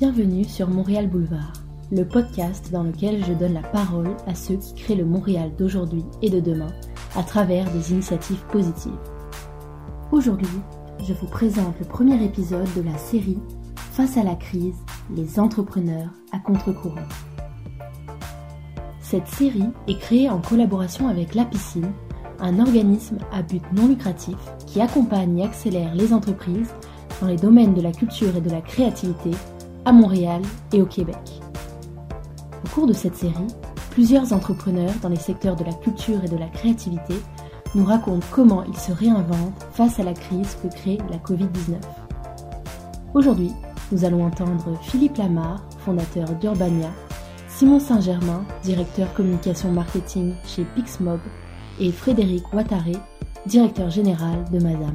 Bienvenue sur Montréal Boulevard, le podcast dans lequel je donne la parole à ceux qui créent le Montréal d'aujourd'hui et de demain à travers des initiatives positives. Aujourd'hui, je vous présente le premier épisode de la série Face à la crise, les entrepreneurs à contre-courant. Cette série est créée en collaboration avec La Piscine, un organisme à but non lucratif qui accompagne et accélère les entreprises dans les domaines de la culture et de la créativité à Montréal et au Québec. Au cours de cette série, plusieurs entrepreneurs dans les secteurs de la culture et de la créativité nous racontent comment ils se réinventent face à la crise que crée la Covid-19. Aujourd'hui, nous allons entendre Philippe Lamarre, fondateur d'Urbania, Simon Saint-Germain, directeur communication marketing chez Pixmob, et Frédéric Ouattaré, directeur général de Madame.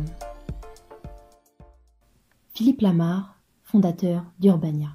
Philippe Lamarre, fondateur d'Urbania.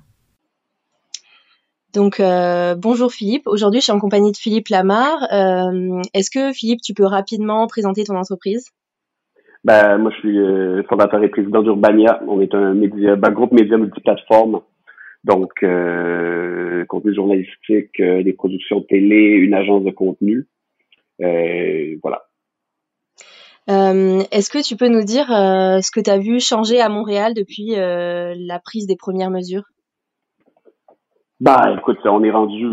Donc, bonjour Philippe. Aujourd'hui, je suis en compagnie de Philippe Lamarre. Est-ce que Philippe, tu peux rapidement présenter ton entreprise? Moi, je suis fondateur et président d'Urbania. On est un groupe média multiplateforme. Donc, contenu journalistique, des productions télé, une agence de contenu. Voilà. Est-ce que tu peux nous dire ce que tu as vu changer à Montréal depuis la prise des premières mesures? Écoute, on est rendu,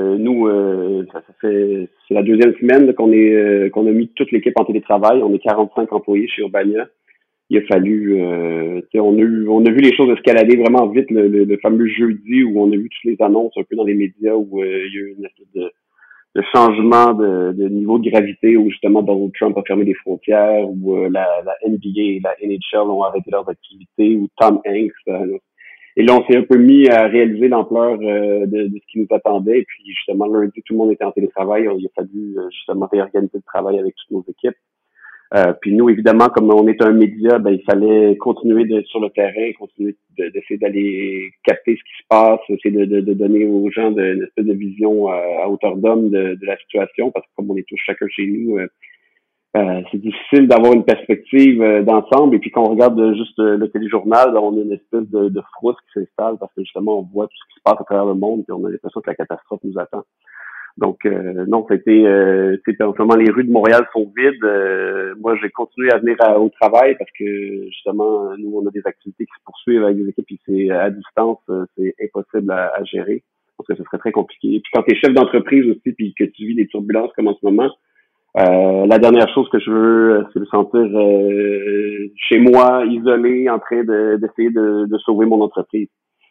c'est la deuxième semaine qu'on a mis toute l'équipe en télétravail. On est 45 employés chez Urbania. Il a fallu, on a vu les choses escalader vraiment vite le fameux jeudi où on a vu toutes les annonces un peu dans les médias où il y a eu une espèce de changement de niveau de gravité où justement Donald Trump a fermé les frontières, où la NBA et la NHL ont arrêté leurs activités, où Tom Hanks et là on s'est un peu mis à réaliser l'ampleur de ce qui nous attendait. Et puis justement lundi tout le monde était en télétravail, il a fallu justement réorganiser le travail avec toutes nos équipes. Puis nous, évidemment, comme on est un média, il fallait continuer sur le terrain, continuer d'essayer d'aller capter ce qui se passe, essayer de donner aux gens une espèce de vision à hauteur d'homme de la situation, parce que comme on est tous chacun chez nous, c'est difficile d'avoir une perspective d'ensemble. Et puis quand on regarde juste le téléjournal, on a une espèce de frousse qui s'installe parce que justement, on voit tout ce qui se passe à travers le monde, puis on a l'impression que la catastrophe nous attend. Donc, non, c'était en ce moment, les rues de Montréal sont vides. Moi, j'ai continué à venir au travail parce que, justement, nous, on a des activités qui se poursuivent avec des équipes et c'est à distance, c'est impossible à gérer. Parce que ce serait très compliqué. Et puis, quand tu es chef d'entreprise aussi puis que tu vis des turbulences comme en ce moment, la dernière chose que je veux, c'est me sentir chez moi, isolé, en train d'essayer de sauver mon entreprise.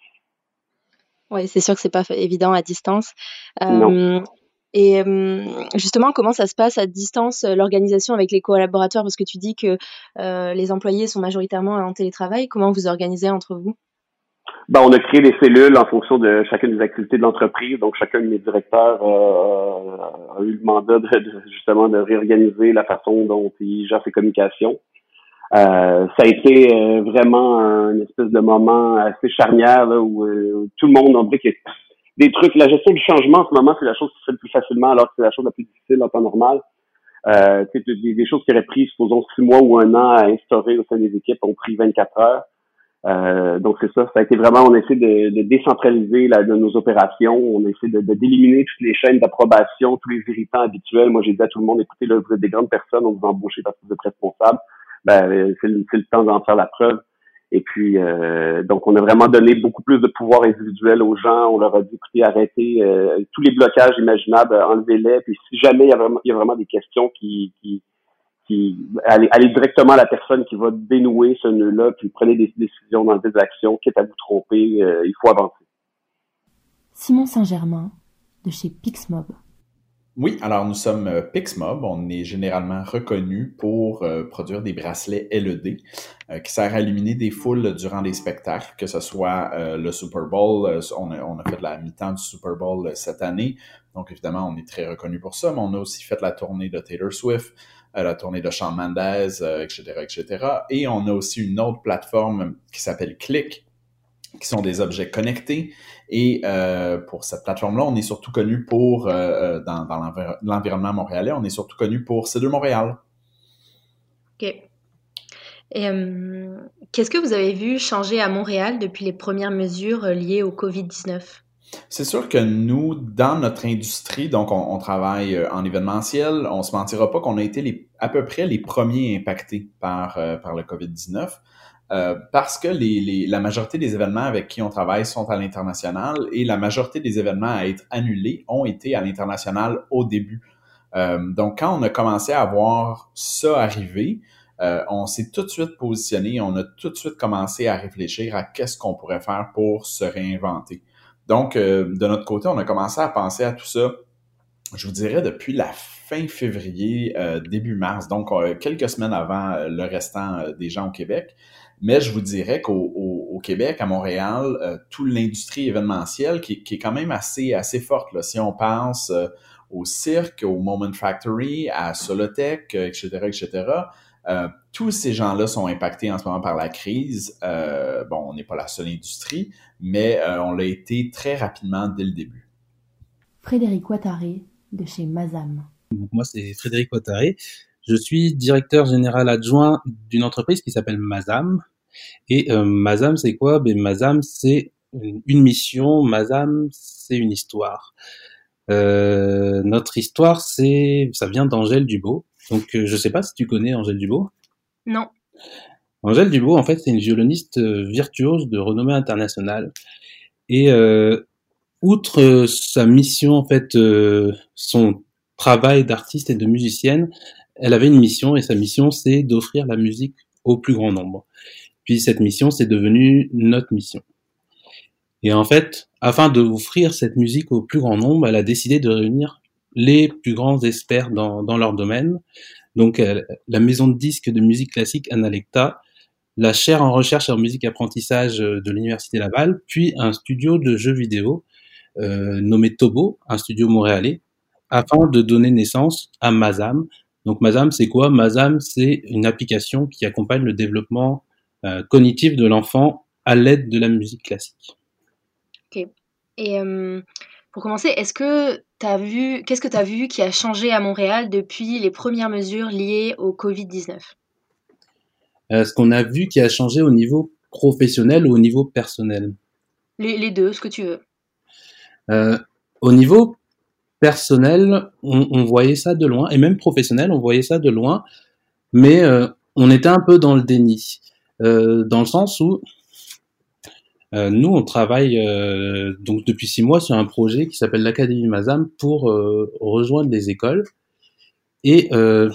Oui, c'est sûr que c'est pas évident à distance. Non. Et justement, comment ça se passe à distance, l'organisation avec les collaborateurs? Parce que tu dis que les employés sont majoritairement en télétravail. Comment vous organisez entre vous? On a créé des cellules en fonction de chacune des activités de l'entreprise. Donc, chacun de mes directeurs a eu le mandat justement de réorganiser la façon dont il gère ses communications. Ça a été vraiment un espèce de moment assez charnière là, où tout le monde, on dirait qu'il y a des trucs. La gestion du changement en ce moment, c'est la chose qui se fait le plus facilement, alors que c'est la chose la plus difficile en temps normal. Des choses qui auraient pris, supposons, 6 mois ou 1 an à instaurer au sein des équipes ont pris 24 heures. Donc c'est ça. Ça a été vraiment, on essaie de décentraliser de nos opérations. On essaie d'éliminer toutes les chaînes d'approbation, tous les irritants habituels. Moi, j'ai dit à tout le monde, écoutez, là, vous êtes des grandes personnes, on vous embauche parce que vous êtes responsables. C'est le temps d'en faire la preuve. Et puis, donc, on a vraiment donné beaucoup plus de pouvoir individuel aux gens. On leur a dit, écoutez, arrêtez tous les blocages imaginables, enlevez-les. Puis, si jamais il y a vraiment des questions allez directement à la personne qui va dénouer ce nœud-là, puis prenez des décisions dans des actions, quitte à vous tromper, il faut avancer. Simon Saint-Germain, de chez Pixmob. Oui, alors nous sommes Pixmob. On est généralement reconnu pour produire des bracelets LED qui servent à illuminer des foules durant des spectacles, que ce soit le Super Bowl. On a fait la mi-temps du Super Bowl cette année. Donc évidemment, on est très reconnu pour ça, mais on a aussi fait la tournée de Taylor Swift, la tournée de Shawn Mendes, etc., etc. Et on a aussi une autre plateforme qui s'appelle Click, qui sont des objets connectés. Et pour cette plateforme-là, on est surtout connu pour, dans l'environnement montréalais, on est surtout connu pour C2 Montréal. OK. Et Qu'est-ce que vous avez vu changer à Montréal depuis les premières mesures liées au Covid-19? C'est sûr que nous, dans notre industrie, donc on travaille en événementiel, on se mentira pas qu'on a été à peu près les premiers impactés par le COVID-19, parce que la majorité des événements avec qui on travaille sont à l'international et la majorité des événements à être annulés ont été à l'international au début. Donc, quand on a commencé à voir ça arriver, on s'est tout de suite positionné, on a tout de suite commencé à réfléchir à qu'est-ce qu'on pourrait faire pour se réinventer. Donc, de notre côté, on a commencé à penser à tout ça, je vous dirais, depuis la fin février, début mars, donc quelques semaines avant le restant des gens au Québec. Mais je vous dirais qu'au Québec, à Montréal, toute l'industrie événementielle qui est quand même assez forte, là. Si on pense au cirque, au Moment Factory, à Solotech, etc., etc., tous ces gens-là sont impactés en ce moment par la crise. Bon, on n'est pas la seule industrie, mais on l'a été très rapidement dès le début. Frédéric Ouattaré de chez Mazam. Donc, moi, c'est Frédéric Ouattaré. Je suis directeur général adjoint d'une entreprise qui s'appelle Mazam. Et Mazam, c'est quoi? Mazam, c'est une mission. Mazam, c'est une histoire. Notre histoire, ça vient d'Angèle Dubois. Donc, je sais pas si tu connais Angèle Dubois. Non. Angèle Dubois, en fait, c'est une violoniste virtuose de renommée internationale. Et outre sa mission, en fait, son travail d'artiste et de musicienne, elle avait une mission, et sa mission, c'est d'offrir la musique au plus grand nombre. Puis cette mission, c'est devenu notre mission. Et en fait, afin d'offrir cette musique au plus grand nombre, elle a décidé de réunir les plus grands experts dans leur domaine. Donc, la maison de disques de musique classique Analecta, la chaire en recherche et en musique apprentissage de l'Université Laval, puis un studio de jeux vidéo nommé Tobo, un studio montréalais, afin de donner naissance à Mazam. Donc Mazam, c'est quoi? Mazam, c'est une application qui accompagne le développement cognitif de l'enfant à l'aide de la musique classique. Ok. Et pour commencer, qu'est-ce que tu as vu qui a changé à Montréal depuis les premières mesures liées au Covid-19? Ce qu'on a vu qui a changé au niveau professionnel ou au niveau personnel? Les deux, ce que tu veux. Au niveau personnel, on voyait ça de loin, et même professionnel, on voyait ça de loin, mais on était un peu dans le déni, dans le sens où nous, on travaille donc depuis 6 mois sur un projet qui s'appelle l'Académie Mazam pour rejoindre les écoles. Et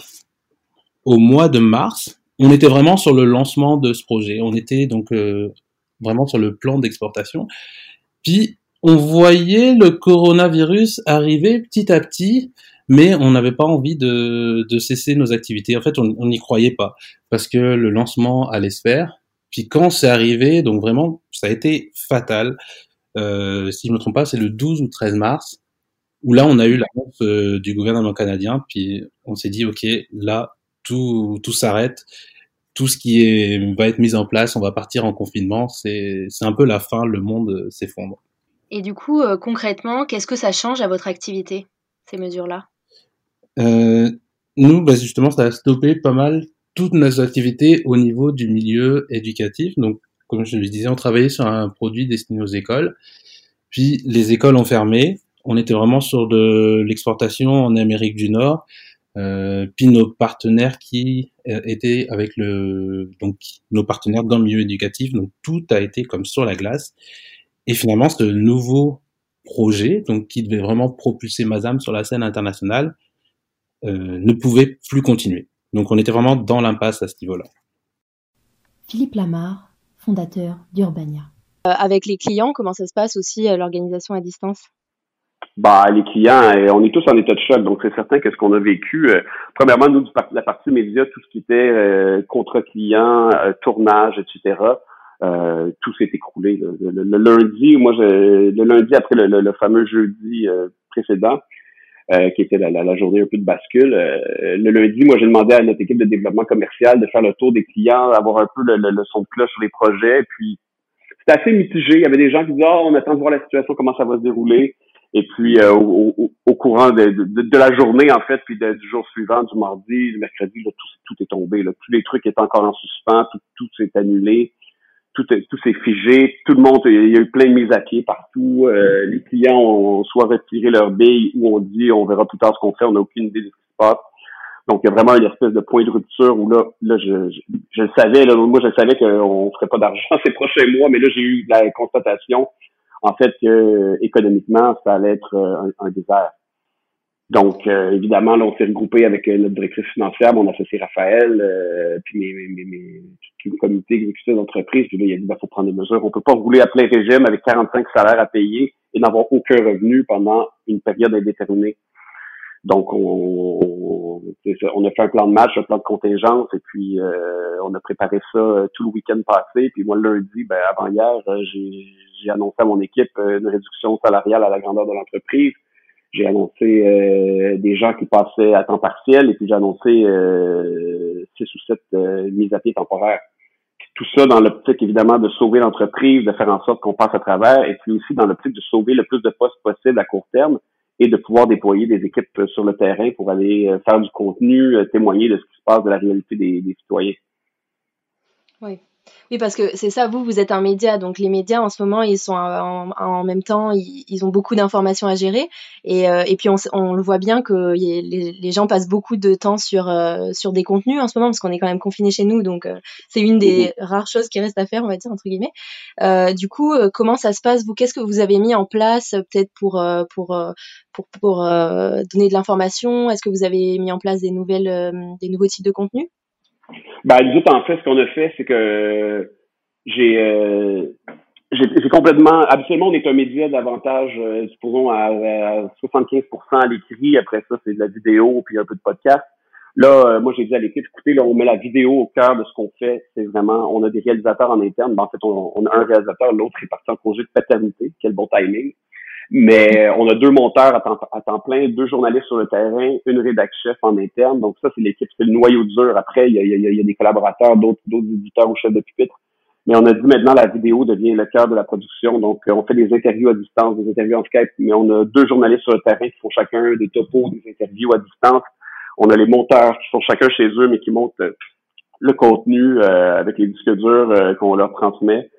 au mois de mars, on était vraiment sur le lancement de ce projet. On était donc vraiment sur le plan d'exportation. Puis on voyait le coronavirus arriver petit à petit, mais on n'avait pas envie de cesser nos activités. En fait, on n'y croyait pas, parce que le lancement allait se faire. Puis quand c'est arrivé, donc vraiment, ça a été fatal. Si je me trompe pas, c'est le 12 ou 13 mars, où là, on a eu l'annonce du gouvernement canadien, puis on s'est dit, OK, là, tout s'arrête. Tout ce qui va être mis en place, on va partir en confinement. C'est un peu la fin, le monde s'effondre. Et du coup, concrètement, qu'est-ce que ça change à votre activité, ces mesures-là? Nous, justement, ça a stoppé pas mal toutes nos activités au niveau du milieu éducatif. Donc, comme je le disais, on travaillait sur un produit destiné aux écoles. Puis, les écoles ont fermé. On était vraiment sur de l'exportation en Amérique du Nord. Puis nos partenaires qui étaient avec donc nos partenaires dans le milieu éducatif, donc tout a été comme sur la glace. Et finalement, ce nouveau projet, donc qui devait vraiment propulser Mazam sur la scène internationale, ne pouvait plus continuer. Donc on était vraiment dans l'impasse à ce niveau-là. Philippe Lamarre, fondateur d'Urbania. Avec les clients, comment ça se passe aussi, l'organisation à distance? Les clients, on est tous en état de choc, donc c'est certain que ce qu'on a vécu, premièrement, nous, la partie média, tout ce qui était contrat client, tournage, etc., tout s'est écroulé. Le lundi, le lundi après le fameux jeudi précédent, qui était la journée un peu de bascule, le lundi, moi, j'ai demandé à notre équipe de développement commercial de faire le tour des clients, avoir un peu le son de cloche sur les projets, puis c'était assez mitigé. Il y avait des gens qui disaient, on attend de voir la situation, comment ça va se dérouler. Et puis, au au courant de la journée, en fait, puis du jour suivant, du mardi, du mercredi, là, tout est tombé. Là. Tous les trucs étaient encore en suspens, tout s'est annulé, tout s'est figé, tout le monde, il y a eu plein de mises à pied partout. Les clients ont soit retiré leurs billes ou on dit on verra plus tard ce qu'on fait, on n'a aucune idée de ce qui se passe. Donc, il y a vraiment une espèce de point de rupture où là je le savais, là, moi je savais qu'on ferait pas d'argent ces prochains mois, mais là j'ai eu la constatation, en fait, que économiquement, ça allait être un désert. Donc, évidemment, là, on s'est regroupé avec notre directrice financière, mon associé Raphaël, puis tout le comité exécutif d'entreprise. Puis là, il a dit, faut prendre des mesures. On peut pas rouler à plein régime avec 45 salaires à payer et n'avoir aucun revenu pendant une période indéterminée. Donc, on a fait un plan de match, un plan de contingence, et puis on a préparé ça tout le week-end passé. Puis moi, le lundi, avant hier, j'ai annoncé à mon équipe une réduction salariale à la grandeur de l'entreprise. J'ai annoncé des gens qui passaient à temps partiel, et puis j'ai annoncé 6 ou 7 mises à pied temporaires. Puis tout ça dans l'optique, évidemment, de sauver l'entreprise, de faire en sorte qu'on passe à travers, et puis aussi dans l'optique de sauver le plus de postes possible à court terme, et de pouvoir déployer des équipes sur le terrain pour aller faire du contenu, témoigner de ce qui se passe, de la réalité des citoyens. Oui. Oui, parce que c'est ça, vous êtes un média, donc les médias en ce moment, ils sont en même temps, ils ont beaucoup d'informations à gérer, et puis on le voit bien que les gens passent beaucoup de temps sur des contenus en ce moment, parce qu'on est quand même confinés chez nous, donc c'est une des rares choses qui reste à faire, on va dire, entre guillemets. Du coup, comment ça se passe, vous? Qu'est-ce que vous avez mis en place, peut-être pour donner de l'information? Est-ce que vous avez mis en place des nouveaux types de contenus? Nous autres, en fait, ce qu'on a fait, c'est que j'ai complètement, habituellement, on est un média davantage, supposons, à 75% à l'écrit. Après ça, c'est de la vidéo puis un peu de podcast. Là, moi, j'ai dit à l'équipe, écoutez, là, on met la vidéo au cœur de ce qu'on fait. C'est vraiment, on a des réalisateurs en interne. En fait, on a un réalisateur, l'autre est parti en congé de paternité. Quel bon timing. Mais on a 2 monteurs à temps plein, 2 journalistes sur le terrain, une rédac chef en interne. Donc ça, c'est l'équipe, c'est le noyau dur. Après, il y a des collaborateurs, d'autres éditeurs ou chefs de pupitre. Mais on a dit maintenant la vidéo devient le cœur de la production. Donc on fait des interviews à distance, des interviews en Skype, mais on a 2 journalistes sur le terrain qui font chacun des topos, des interviews à distance. On a les monteurs qui font chacun chez eux, mais qui montent le contenu avec les disques durs qu'on leur transmet.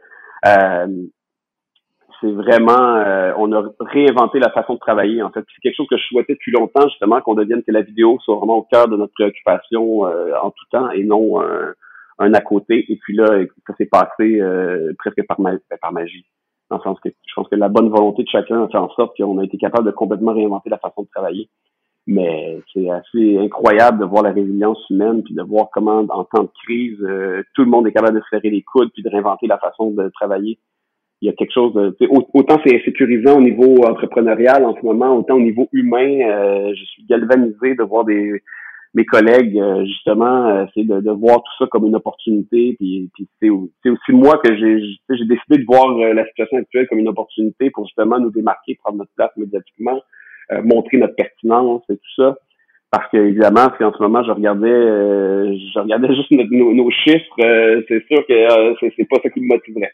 C'est vraiment, on a réinventé la façon de travailler, en fait. C'est quelque chose que je souhaitais depuis longtemps, justement, qu'on devienne que la vidéo soit vraiment au cœur de notre préoccupation en tout temps et non un à côté. Et puis là, ça s'est passé presque par magie. Dans le sens que je pense que la bonne volonté de chacun a fait en sorte qu'on a été capable de complètement réinventer la façon de travailler. Mais c'est assez incroyable de voir la résilience humaine, puis de voir comment, en temps de crise, tout le monde est capable de se serrer les coudes, puis de réinventer la façon de travailler. Il y a quelque chose de, autant c'est insécurisant au niveau entrepreneurial en ce moment, autant au niveau humain, je suis galvanisé de voir mes collègues justement essayer de voir tout ça comme une opportunité, puis c'est aussi moi que j'ai décidé de voir la situation actuelle comme une opportunité pour justement nous démarquer, prendre notre place médiatiquement, montrer notre pertinence et tout ça. Parce que évidemment, si en ce moment je regardais juste nos chiffres, c'est sûr que c'est pas ça qui me motiverait.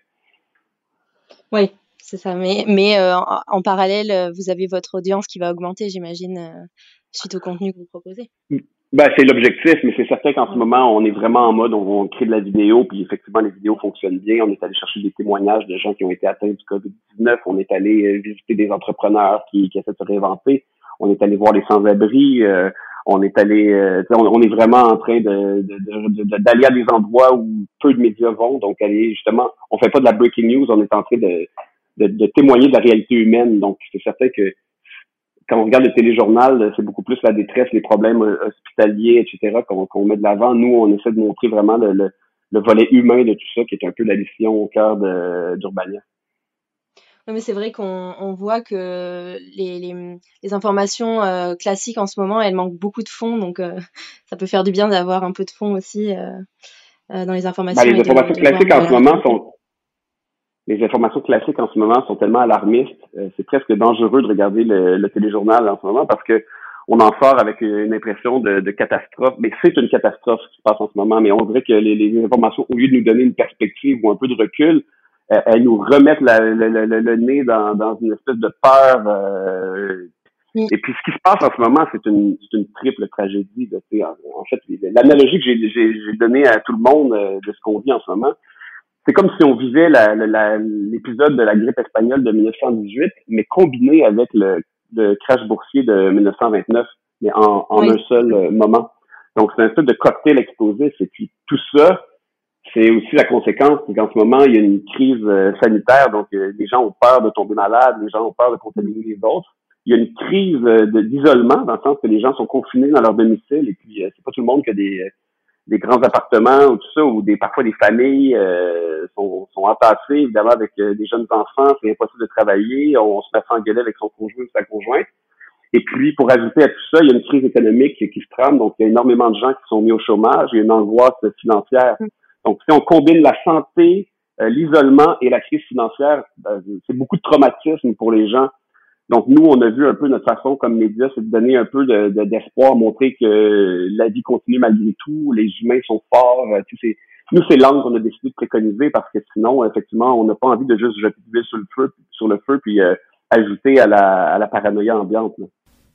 Oui, c'est ça. Mais en parallèle, vous avez votre audience qui va augmenter, j'imagine, suite au contenu que vous proposez. C'est l'objectif, mais c'est certain qu'en ce moment, on est vraiment en mode, on crée de la vidéo, puis effectivement, les vidéos fonctionnent bien. On est allé chercher des témoignages de gens qui ont été atteints du COVID-19. On est allé visiter des entrepreneurs qui essaient de se réinventer. On est allé voir les sans-abri. On est allé, on est vraiment en train d'aller à des endroits où peu de médias vont. Donc, aller justement, on fait pas de la breaking news, on est en train de témoigner de la réalité humaine. Donc, c'est certain que quand on regarde le téléjournal, c'est beaucoup plus la détresse, les problèmes hospitaliers, etc. qu'on met de l'avant. Nous, on essaie de montrer vraiment le volet humain de tout ça, qui est un peu la mission au cœur d'Urbania. Oui, mais c'est vrai qu'on voit que les informations classiques en ce moment, elles manquent beaucoup de fond, donc ça peut faire du bien d'avoir un peu de fond aussi dans les informations. Les informations classiques en ce moment sont... Les informations classiques en ce moment sont tellement alarmistes, c'est presque dangereux de regarder le téléjournal en ce moment parce que on en sort avec une impression de catastrophe. Mais c'est une catastrophe ce qui se passe en ce moment, mais on dirait que les informations, au lieu de nous donner une perspective ou un peu de recul, elles nous remettent le nez dans une espèce de peur Et puis, ce qui se passe en ce moment, c'est une triple tragédie. Là, en fait, l'analogie que j'ai donnée à tout le monde de ce qu'on vit en ce moment, c'est comme si on vivait l'épisode de la grippe espagnole de 1918, mais combiné avec le crash boursier de 1929, mais en un seul moment. Donc, c'est un peu de cocktail explosif. Et puis, tout ça, c'est aussi la conséquence qu'en ce moment, il y a une crise sanitaire. Donc, les gens ont peur de tomber malades, les gens ont peur de contaminer les autres. Il y a une crise d'isolement, dans le sens que les gens sont confinés dans leur domicile. Et puis, c'est pas tout le monde qui a des grands appartements ou tout ça, ou parfois des familles sont entassées, évidemment, avec des jeunes enfants. C'est impossible de travailler. On se met à s'engueuler avec son conjoint ou sa conjointe. Et puis, pour ajouter à tout ça, il y a une crise économique qui se trame. Donc, il y a énormément de gens qui sont mis au chômage. Il y a une angoisse financière. Donc, si on combine la santé, l'isolement et la crise financière, c'est beaucoup de traumatisme pour les gens. Donc, nous, on a vu un peu notre façon comme médias, c'est de donner un peu d'espoir, montrer que la vie continue malgré tout, les humains sont forts. Nous, c'est l'angle qu'on a décidé de préconiser parce que sinon, effectivement, on n'a pas envie de juste jeter de l'huile sur le feu puis ajouter à la paranoïa ambiante. Là.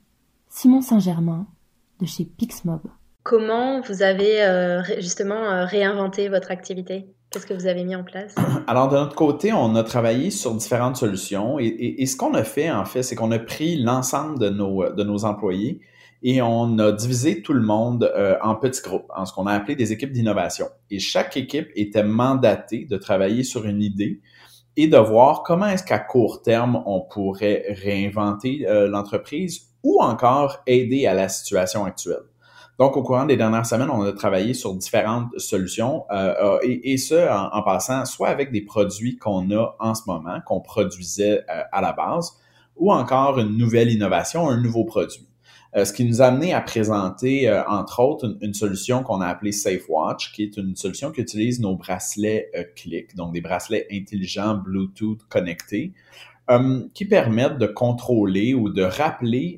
Simon Saint-Germain, de chez Pixmob. Comment vous avez justement réinventé votre activité? Qu'est-ce que vous avez mis en place? Alors, de notre côté, on a travaillé sur différentes solutions et ce qu'on a fait, en fait, c'est qu'on a pris l'ensemble de nos employés et on a divisé tout le monde en petits groupes, en ce qu'on a appelé des équipes d'innovation. Et chaque équipe était mandatée de travailler sur une idée et de voir comment est-ce qu'à court terme, on pourrait réinventer l'entreprise ou encore aider à la situation actuelle. Donc, au courant des dernières semaines, on a travaillé sur différentes solutions et ce, en passant soit avec des produits qu'on a en ce moment, qu'on produisait à la base, ou encore une nouvelle innovation, un nouveau produit. Ce qui nous a amené à présenter, entre autres, une solution qu'on a appelée SafeWatch, qui est une solution qui utilise nos bracelets Click, donc des bracelets intelligents Bluetooth connectés, qui permettent de contrôler ou de rappeler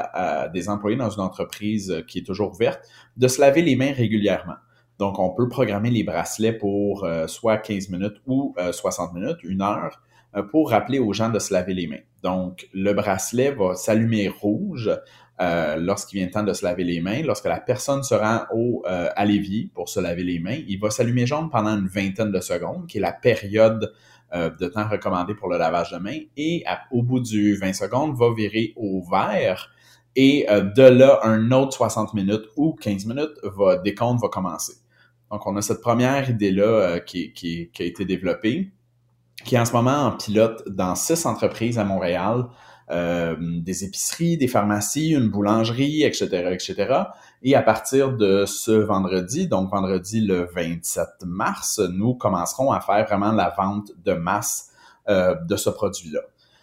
à des employés dans une entreprise qui est toujours ouverte de se laver les mains régulièrement. Donc, on peut programmer les bracelets pour soit 15 minutes ou 60 minutes, 1 heure, pour rappeler aux gens de se laver les mains. Donc, le bracelet va s'allumer rouge lorsqu'il vient le temps de se laver les mains. Lorsque la personne se rend à l'évier pour se laver les mains, il va s'allumer jaune pendant une vingtaine de secondes, qui est la période de temps recommandé pour le lavage de mains. Et au bout du 20 secondes, va virer au vert. Et de là, un autre 60 minutes ou 15 minutes, décompte va commencer. Donc, on a cette première idée-là qui a été développée, qui est en ce moment en pilote dans 6 entreprises à Montréal, des épiceries, des pharmacies, une boulangerie, etc., etc. Et à partir de ce vendredi, donc vendredi le 27 mars, nous commencerons à faire vraiment la vente de masse de ce produit-là.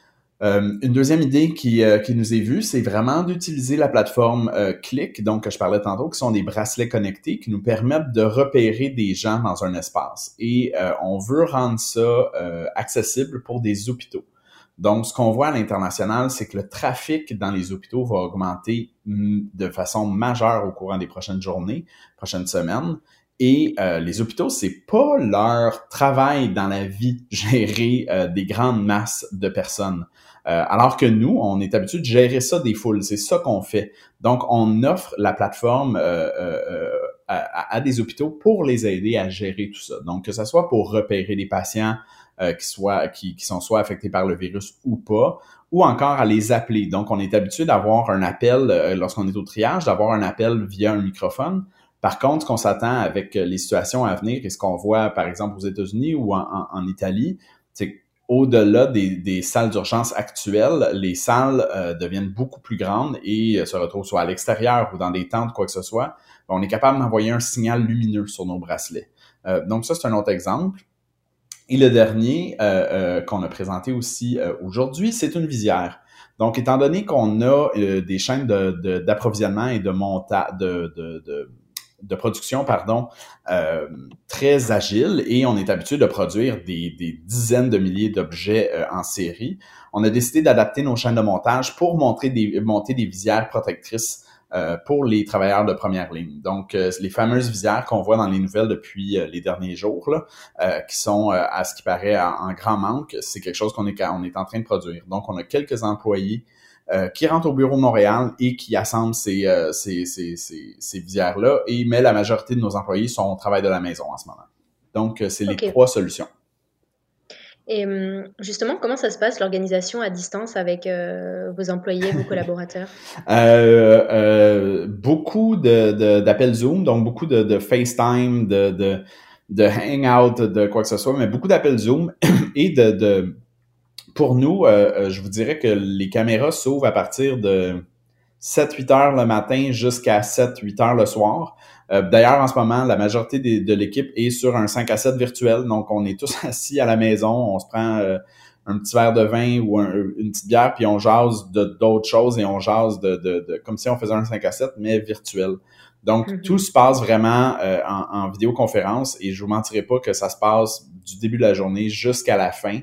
Une deuxième idée qui nous est vue, c'est vraiment d'utiliser la plateforme Click, donc que je parlais tantôt, qui sont des bracelets connectés qui nous permettent de repérer des gens dans un espace. Et on veut rendre ça accessible pour des hôpitaux. Donc, ce qu'on voit à l'international, c'est que le trafic dans les hôpitaux va augmenter de façon majeure au courant des prochaines journées, prochaines semaines. Et les hôpitaux, c'est pas leur travail dans la vie, gérer des grandes masses de personnes. Alors que nous, on est habitué de gérer ça des foules. C'est ça qu'on fait. Donc, on offre la plateforme à des hôpitaux pour les aider à gérer tout ça. Donc, que ce soit pour repérer des patients qui sont soit affectés par le virus ou pas, ou encore à les appeler. Donc, on est habitué d'avoir un appel, lorsqu'on est au triage, d'avoir un appel via un microphone. Par contre, ce qu'on s'attend avec les situations à venir et ce qu'on voit, par exemple, aux États-Unis ou en Italie, c'est qu'au-delà des salles d'urgence actuelles, les salles deviennent beaucoup plus grandes et se retrouvent soit à l'extérieur ou dans des tentes, quoi que ce soit. On est capable d'envoyer un signal lumineux sur nos bracelets. Donc ça, c'est un autre exemple. Et le dernier qu'on a présenté aussi aujourd'hui, c'est une visière. Donc, étant donné qu'on a des chaînes d'approvisionnement et de production, très agiles et on est habitué de produire des dizaines de milliers d'objets en série, on a décidé d'adapter nos chaînes de montage pour monter des visières protectrices pour les travailleurs de première ligne. Donc, les fameuses visières qu'on voit dans les nouvelles depuis les derniers jours, là, qui sont, à ce qui paraît, en grand manque, c'est quelque chose qu'on est en train de produire. Donc, on a quelques employés qui rentre au bureau de Montréal et qui assemble ces visières-là. Mais la majorité de nos employés sont au travail de la maison en ce moment. Donc, c'est les 3 solutions. Et justement, comment ça se passe l'organisation à distance avec vos employés, vos collaborateurs? Beaucoup d'appels Zoom, donc beaucoup de FaceTime, de Hangout, de quoi que ce soit, mais beaucoup d'appels Zoom et pour nous, je vous dirais que les caméras s'ouvrent à partir de 7-8 heures le matin jusqu'à 7-8 heures le soir. D'ailleurs, en ce moment, la majorité de l'équipe est sur un 5 à 7 virtuel. Donc, on est tous assis à la maison. On se prend un petit verre de vin ou une petite bière, puis on jase d'autres choses et on jase comme si on faisait un 5 à 7, mais virtuel. Donc, tout se passe vraiment en vidéoconférence et je vous mentirai pas que ça se passe du début de la journée jusqu'à la fin.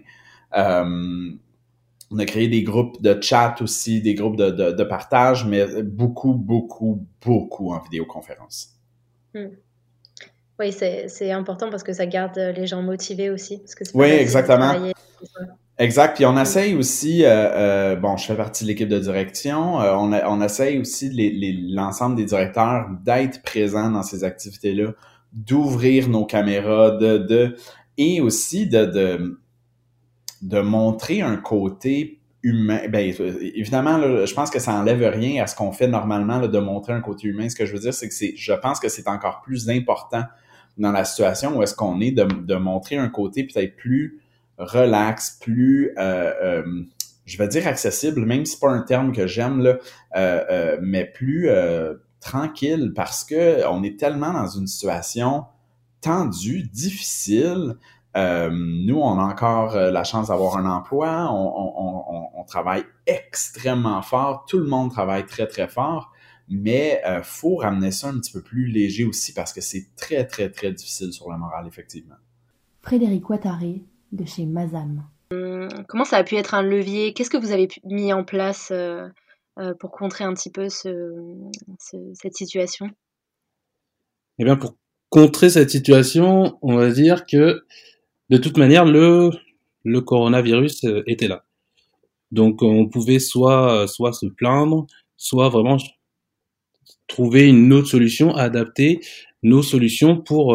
On a créé des groupes de chat aussi, des groupes de partage, mais beaucoup en vidéoconférence. Oui, c'est important parce que ça garde les gens motivés aussi. Parce que c'est oui, exactement. Exact. Puis on essaye aussi, bon, je fais partie de l'équipe de direction, on essaye aussi l'ensemble des directeurs d'être présents dans ces activités-là, d'ouvrir nos caméras, et aussi de montrer un côté humain. Ben, évidemment, là, je pense que ça enlève rien à ce qu'on fait normalement, là, de montrer un côté humain. Ce que je veux dire, c'est que je pense que c'est encore plus important dans la situation où est-ce qu'on est de montrer un côté peut-être plus relax, plus, je vais dire accessible, même si c'est pas un terme que j'aime, là, mais plus tranquille, parce que on est tellement dans une situation tendue, difficile. Nous, on a encore la chance d'avoir un emploi, on travaille extrêmement fort, tout le monde travaille très, très fort, mais faut ramener ça un petit peu plus léger aussi parce que c'est très, très, très difficile sur le moral, effectivement. Frédéric Ouattaré, de chez Mazam. Comment ça a pu être un levier? Qu'est-ce que vous avez mis en place pour contrer un petit peu cette situation? Eh bien, pour contrer cette situation, on va dire que de toute manière, le coronavirus était là. Donc, on pouvait soit se plaindre, soit vraiment trouver une autre solution, adapter nos solutions pour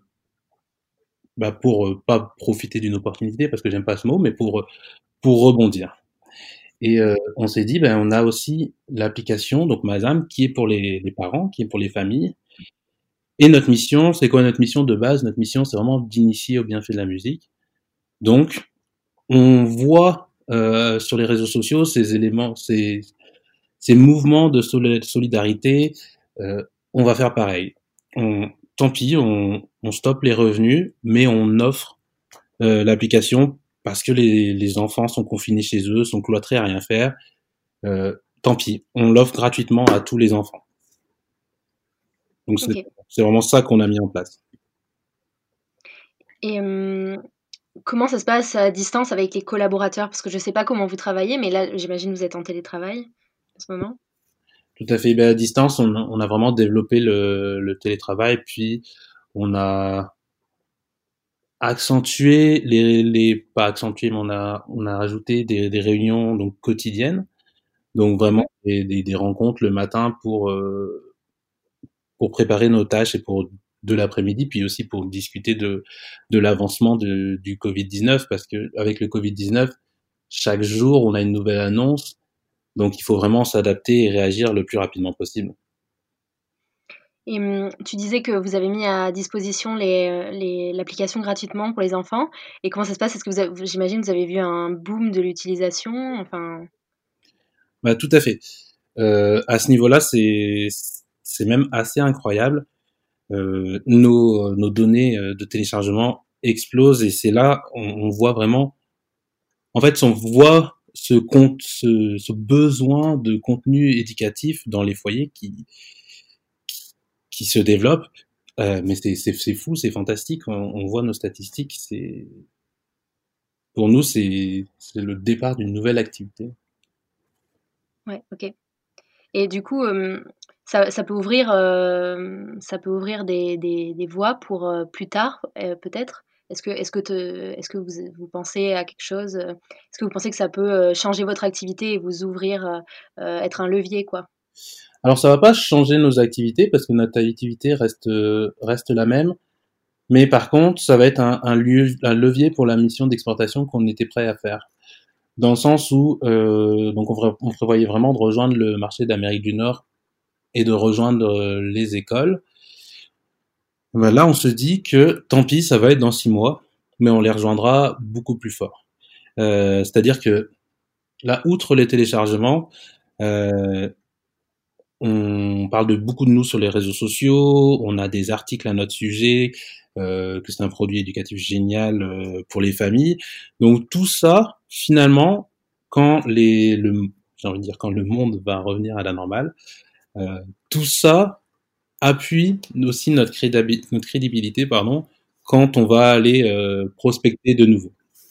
pas profiter d'une opportunité, parce que j'aime pas ce mot, mais pour rebondir. Et on s'est dit, on a aussi l'application, donc Mazam, qui est pour les parents, qui est pour les familles. Et notre mission, c'est quoi notre mission de base? Notre mission, c'est vraiment d'initier au bienfait de la musique. Donc, on voit sur les réseaux sociaux ces éléments, ces mouvements de solidarité. On va faire pareil. Tant pis, on stoppe les revenus, mais on offre l'application parce que les enfants sont confinés chez eux, sont cloîtrés à rien faire. Tant pis, on l'offre gratuitement à tous les enfants. Donc c'est vraiment ça qu'on a mis en place. Et comment ça se passe à distance avec les collaborateurs? Parce que je ne sais pas comment vous travaillez, mais là, j'imagine que vous êtes en télétravail en ce moment. Tout à fait. À distance, on a vraiment développé le télétravail, puis on a accentué pas accentué, mais on a rajouté des réunions donc quotidiennes, donc vraiment des rencontres le matin pour préparer nos tâches et pour de l'après-midi, puis aussi pour discuter de l'avancement du Covid-19, parce que avec le Covid-19, chaque jour on a une nouvelle annonce, donc il faut vraiment s'adapter et réagir le plus rapidement possible. Et tu disais que vous avez mis à disposition l'application gratuitement pour les enfants. Et comment ça se passe? Est-ce que j'imagine vous avez vu un boom de l'utilisation? Enfin... Tout à fait. À ce niveau-là, c'est même assez incroyable. Nos données de téléchargement explosent et c'est là on voit vraiment. En fait, on voit ce besoin de contenu éducatif dans les foyers qui se développe. Mais c'est fou, c'est fantastique. On voit nos statistiques. Pour nous, c'est le départ d'une nouvelle activité. Ouais, ok. Et du coup, ça peut ouvrir des voies pour plus tard, peut-être. Est-ce que vous pensez à quelque chose? Est-ce que vous pensez que ça peut changer votre activité et vous ouvrir, être un levier, quoi? Alors ça va pas changer nos activités parce que notre activité reste la même, mais par contre ça va être un levier pour la mission d'exportation qu'on était prêt à faire. Dans le sens où donc on prévoyait vraiment de rejoindre le marché d'Amérique du Nord et de rejoindre les écoles. Ben là, on se dit que tant pis, ça va être dans 6 mois, mais on les rejoindra beaucoup plus fort. C'est-à-dire que là, outre les téléchargements, euh, on parle de beaucoup de nous sur les réseaux sociaux, on a des articles à notre sujet, que c'est un produit éducatif génial pour les familles. Donc tout ça, finalement, j'ai envie de dire quand le monde va revenir à la normale, tout ça appuie aussi notre crédibilité, quand on va aller prospecter de nouveau.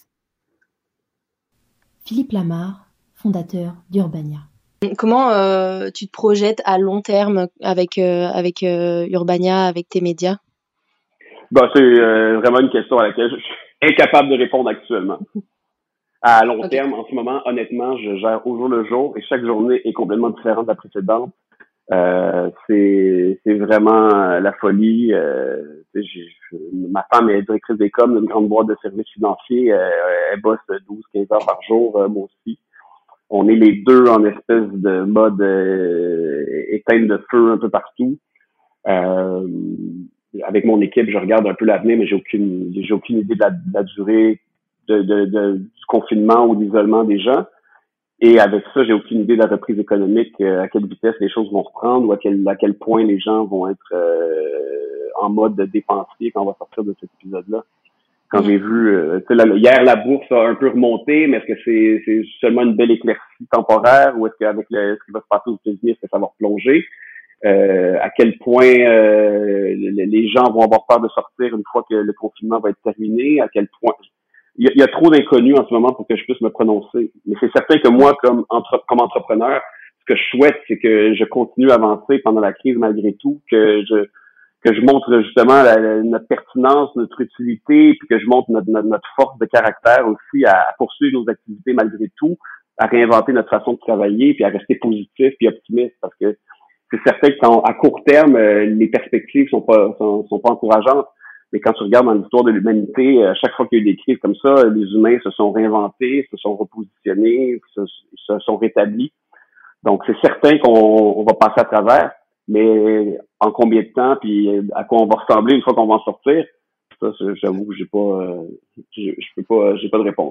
Philippe Lamarre, fondateur d'Urbania. Comment tu te projettes à long terme avec Urbania, avec tes médias? C'est vraiment une question à laquelle je suis incapable de répondre actuellement. À long terme, en ce moment, honnêtement, je gère au jour le jour et chaque journée est complètement différente de la précédente. C'est vraiment la folie. Ma femme est directrice des coms d'une grande boîte de services financiers. Elle bosse 12-15 heures par jour, moi aussi. On est les deux en espèce de mode éteinte de feu un peu partout. Avec mon équipe, je regarde un peu l'avenir, mais j'ai aucune idée de la durée du confinement ou d'isolement des gens. Et avec ça, j'ai aucune idée de la reprise économique, à quelle vitesse les choses vont reprendre ou à quel point les gens vont être en mode dépensier quand on va sortir de cet épisode-là. Quand j'ai vu, hier, la bourse a un peu remonté, mais est-ce que c'est seulement une belle éclaircie temporaire ou est-ce qu'avec ce qui va se passer aux États-Unis, est-ce que ça va replonger? À quel point les gens vont avoir peur de sortir une fois que le confinement va être terminé? À quel point... Il y a trop d'inconnus en ce moment pour que je puisse me prononcer. Mais c'est certain que moi, comme entrepreneur, ce que je souhaite, c'est que je continue à avancer pendant la crise malgré tout, que je montre justement notre pertinence, notre utilité, puis que je montre notre force de caractère aussi à poursuivre nos activités malgré tout, à réinventer notre façon de travailler, puis à rester positif puis optimiste, parce que c'est certain qu'à court terme, les perspectives sont pas encourageantes. Mais quand tu regardes dans l'histoire de l'humanité, à chaque fois qu'il y a eu des crises comme ça, les humains se sont réinventés, se sont repositionnés, se sont rétablis. Donc, c'est certain qu'on va passer à travers, mais en combien de temps, puis à quoi on va ressembler une fois qu'on va en sortir, ça, j'avoue que j'ai pas de réponse.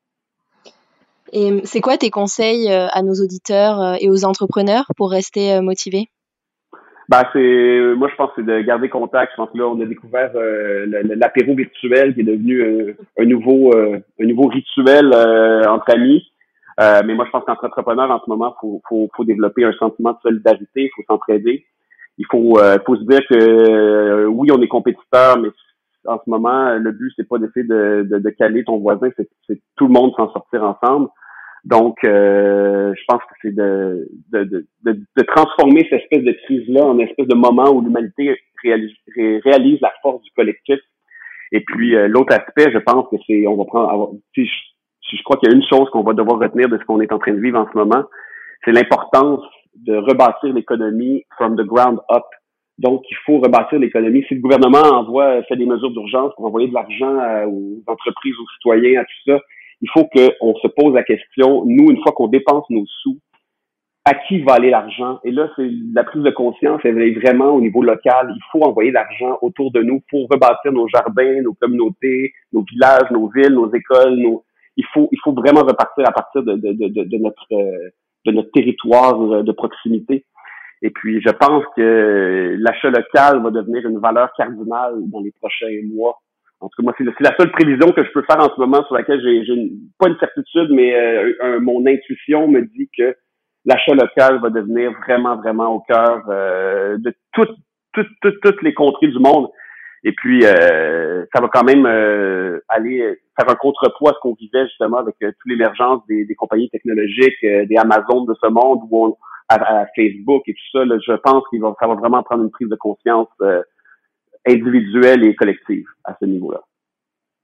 Et c'est quoi tes conseils à nos auditeurs et aux entrepreneurs pour rester motivés? Moi je pense que c'est de garder contact. Je pense que là, on a découvert l'apéro virtuel qui est devenu un nouveau rituel entre amis. Mais moi, je pense qu'entre entrepreneurs, en ce moment, faut développer un sentiment de solidarité, il faut s'entraider. Il faut se dire que oui, on est compétiteurs, mais en ce moment, le but, c'est pas d'essayer de caler ton voisin, c'est tout le monde s'en sortir ensemble. Donc, je pense que c'est de transformer cette espèce de crise-là en une espèce de moment où l'humanité réalise la force du collectif. Et puis, l'autre aspect, je pense que c'est, on va prendre, si je crois qu'il y a une chose qu'on va devoir retenir de ce qu'on est en train de vivre en ce moment, c'est l'importance de rebâtir l'économie from the ground up. Donc, il faut rebâtir l'économie. Si le gouvernement fait des mesures d'urgence pour envoyer de l'argent aux entreprises, aux citoyens, à tout ça, il faut qu'on se pose la question, nous, une fois qu'on dépense nos sous, à qui va aller l'argent? Et là, c'est la prise de conscience, elle est vraiment au niveau local. Il faut envoyer l'argent autour de nous pour rebâtir nos jardins, nos communautés, nos villages, nos villes, nos écoles. Il faut vraiment repartir à partir de notre territoire de proximité. Et puis, je pense que l'achat local va devenir une valeur cardinale dans les prochains mois. En tout cas, moi, c'est la seule prévision que je peux faire en ce moment sur laquelle j'ai pas une certitude, mais mon intuition me dit que l'achat local va devenir vraiment, vraiment au cœur de toutes les contrées du monde. Et puis, ça va quand même aller faire un contrepoids à ce qu'on vivait justement avec toute l'émergence des compagnies technologiques, des Amazon de ce monde, à Facebook et tout ça. Là, je pense ça va vraiment prendre une prise de conscience individuelle et collective à ce niveau-là.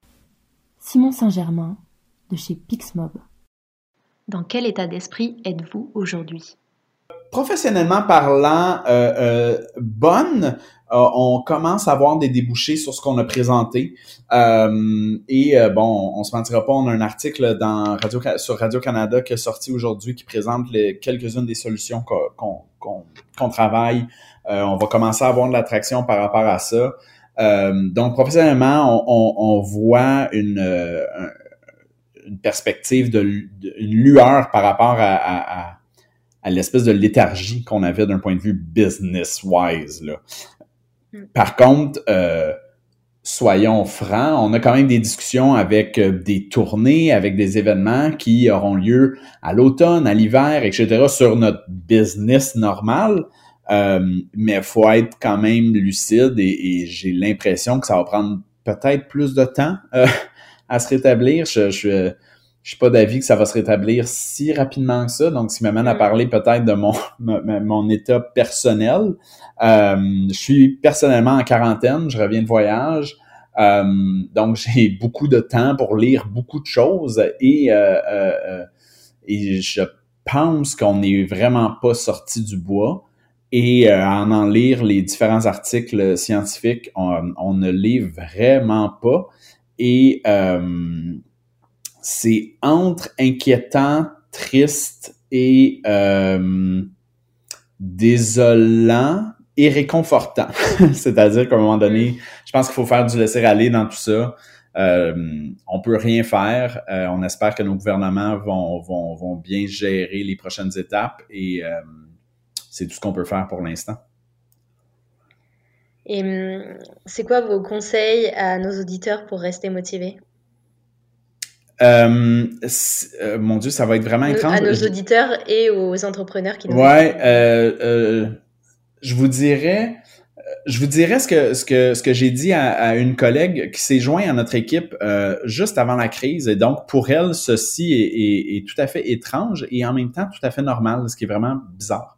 Simon Saint-Germain de chez Pixmob. Dans quel état d'esprit êtes-vous aujourd'hui? Professionnellement parlant, bonne. On commence à avoir des débouchés sur ce qu'on a présenté. Bon, on se mentira pas, on a un article sur Radio-Canada qui est sorti aujourd'hui qui présente quelques-unes des solutions qu'on travaille. On va commencer à avoir de l'attraction par rapport à ça. Donc, professionnellement, on voit une perspective une lueur par rapport à l'espèce de léthargie qu'on avait d'un point de vue business-wise, là. Par contre, soyons francs, on a quand même des discussions avec des tournées, avec des événements qui auront lieu à l'automne, à l'hiver, etc., sur notre business normal. Mais il faut être quand même lucide et j'ai l'impression que ça va prendre peut-être plus de temps à se rétablir. Je suis pas d'avis que ça va se rétablir si rapidement que ça. Donc, ce qui m'amène à parler peut-être de mon état personnel. Je suis personnellement en quarantaine, je reviens de voyage. Donc, j'ai beaucoup de temps pour lire beaucoup de choses et je pense qu'on n'est vraiment pas sorti du bois. Et à en lire les différents articles scientifiques, on ne l'est vraiment pas. Et c'est entre inquiétant, triste et désolant et réconfortant. C'est-à-dire qu'à un moment donné, je pense qu'il faut faire du laisser-aller dans tout ça. On peut rien faire. On espère que nos gouvernements vont bien gérer les prochaines étapes et c'est tout ce qu'on peut faire pour l'instant. Et c'est quoi vos conseils à nos auditeurs pour rester motivés? Mon Dieu, ça va être vraiment étrange. À nos auditeurs et aux entrepreneurs qui nous écoutent. Je vous dirais ce que j'ai dit à une collègue qui s'est jointe à notre équipe juste avant la crise. Et donc, pour elle, ceci est tout à fait étrange et en même temps tout à fait normal, ce qui est vraiment bizarre.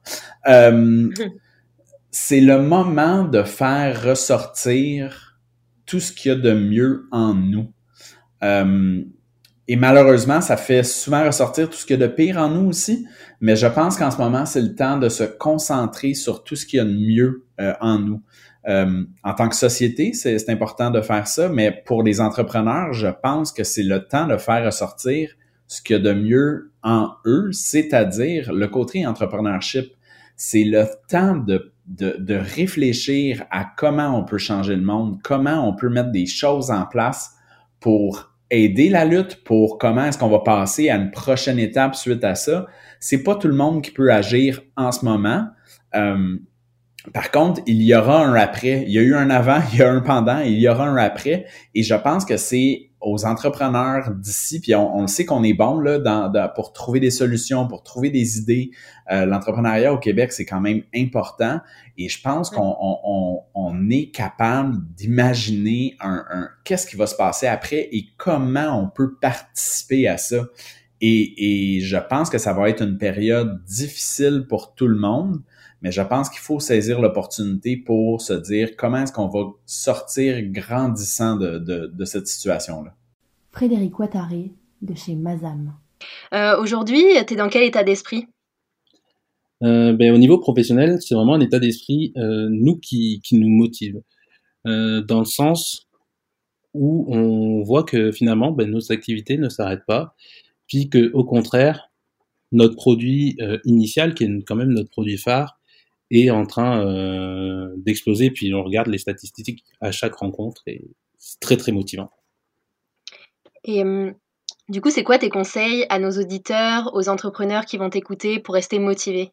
C'est le moment de faire ressortir tout ce qu'il y a de mieux en nous. Et malheureusement, ça fait souvent ressortir tout ce qu'il y a de pire en nous aussi, mais je pense qu'en ce moment, c'est le temps de se concentrer sur tout ce qu'il y a de mieux en nous. En tant que société, c'est important de faire ça, mais pour les entrepreneurs, je pense que c'est le temps de faire ressortir ce qu'il y a de mieux en eux, c'est-à-dire le côté entrepreneurship. C'est le temps de réfléchir à comment on peut changer le monde, comment on peut mettre des choses en place pour aider la lutte, pour comment est-ce qu'on va passer à une prochaine étape suite à ça. C'est pas tout le monde qui peut agir en ce moment. Par contre, il y aura un après. Il y a eu un avant, il y a un pendant, il y aura un après. Et je pense que c'est aux entrepreneurs d'ici, puis on le sait qu'on est bon là pour trouver des solutions, pour trouver des idées. L'entrepreneuriat au Québec, c'est quand même important. Et je pense qu'on est capable d'imaginer un qu'est-ce qui va se passer après et comment on peut participer à ça. Et je pense que ça va être une période difficile pour tout le monde. Mais je pense qu'il faut saisir l'opportunité pour se dire comment est-ce qu'on va sortir grandissant de cette situation-là. Frédéric Ouattaré de chez Mazam. Aujourd'hui, tu es dans quel état d'esprit? Au niveau professionnel, c'est vraiment un état d'esprit qui nous motive. Dans le sens où on voit que finalement, nos activités ne s'arrêtent pas, puis qu'au contraire, notre produit initial, qui est quand même notre produit phare, est en train d'exploser, puis on regarde les statistiques à chaque rencontre et c'est très très motivant. Et du coup, c'est quoi tes conseils à nos auditeurs, aux entrepreneurs qui vont t'écouter pour rester motivés?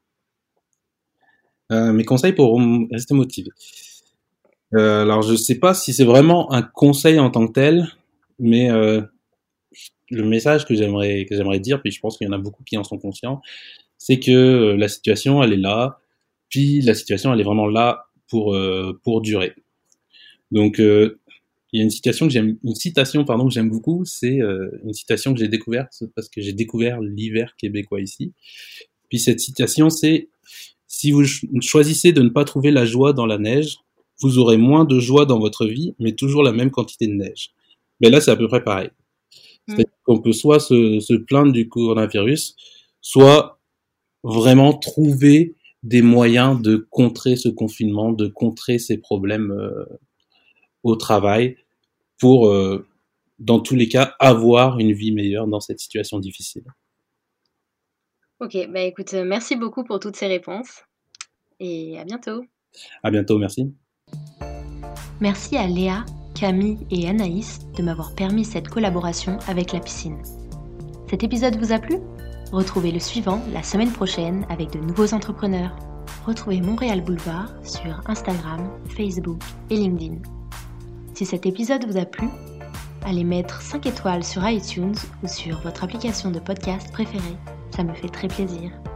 Mes conseils pour rester motivé. Alors je sais pas si c'est vraiment un conseil en tant que tel, mais le message que j'aimerais dire, puis je pense qu'il y en a beaucoup qui en sont conscients, c'est que la situation elle est là. Puis la situation, elle est vraiment là pour durer. Donc, il y a une citation que j'aime beaucoup. C'est une citation que j'ai découverte parce que j'ai découvert l'hiver québécois ici. Puis cette citation, c'est si vous choisissez de ne pas trouver la joie dans la neige, vous aurez moins de joie dans votre vie, mais toujours la même quantité de neige. Mais là, c'est à peu près pareil. C'est-à-dire qu'on peut soit se plaindre du coronavirus, soit vraiment trouver des moyens de contrer ce confinement, de contrer ces problèmes au travail pour, dans tous les cas, avoir une vie meilleure dans cette situation difficile. Ok, bah écoute, merci beaucoup pour toutes ces réponses et à bientôt. À bientôt, merci. Merci à Léa, Camille et Anaïs de m'avoir permis cette collaboration avec La Piscine. Cet épisode vous a plu ? Retrouvez le suivant la semaine prochaine avec de nouveaux entrepreneurs. Retrouvez Montréal Boulevard sur Instagram, Facebook et LinkedIn. Si cet épisode vous a plu, allez mettre 5 étoiles sur iTunes ou sur votre application de podcast préférée. Ça me fait très plaisir.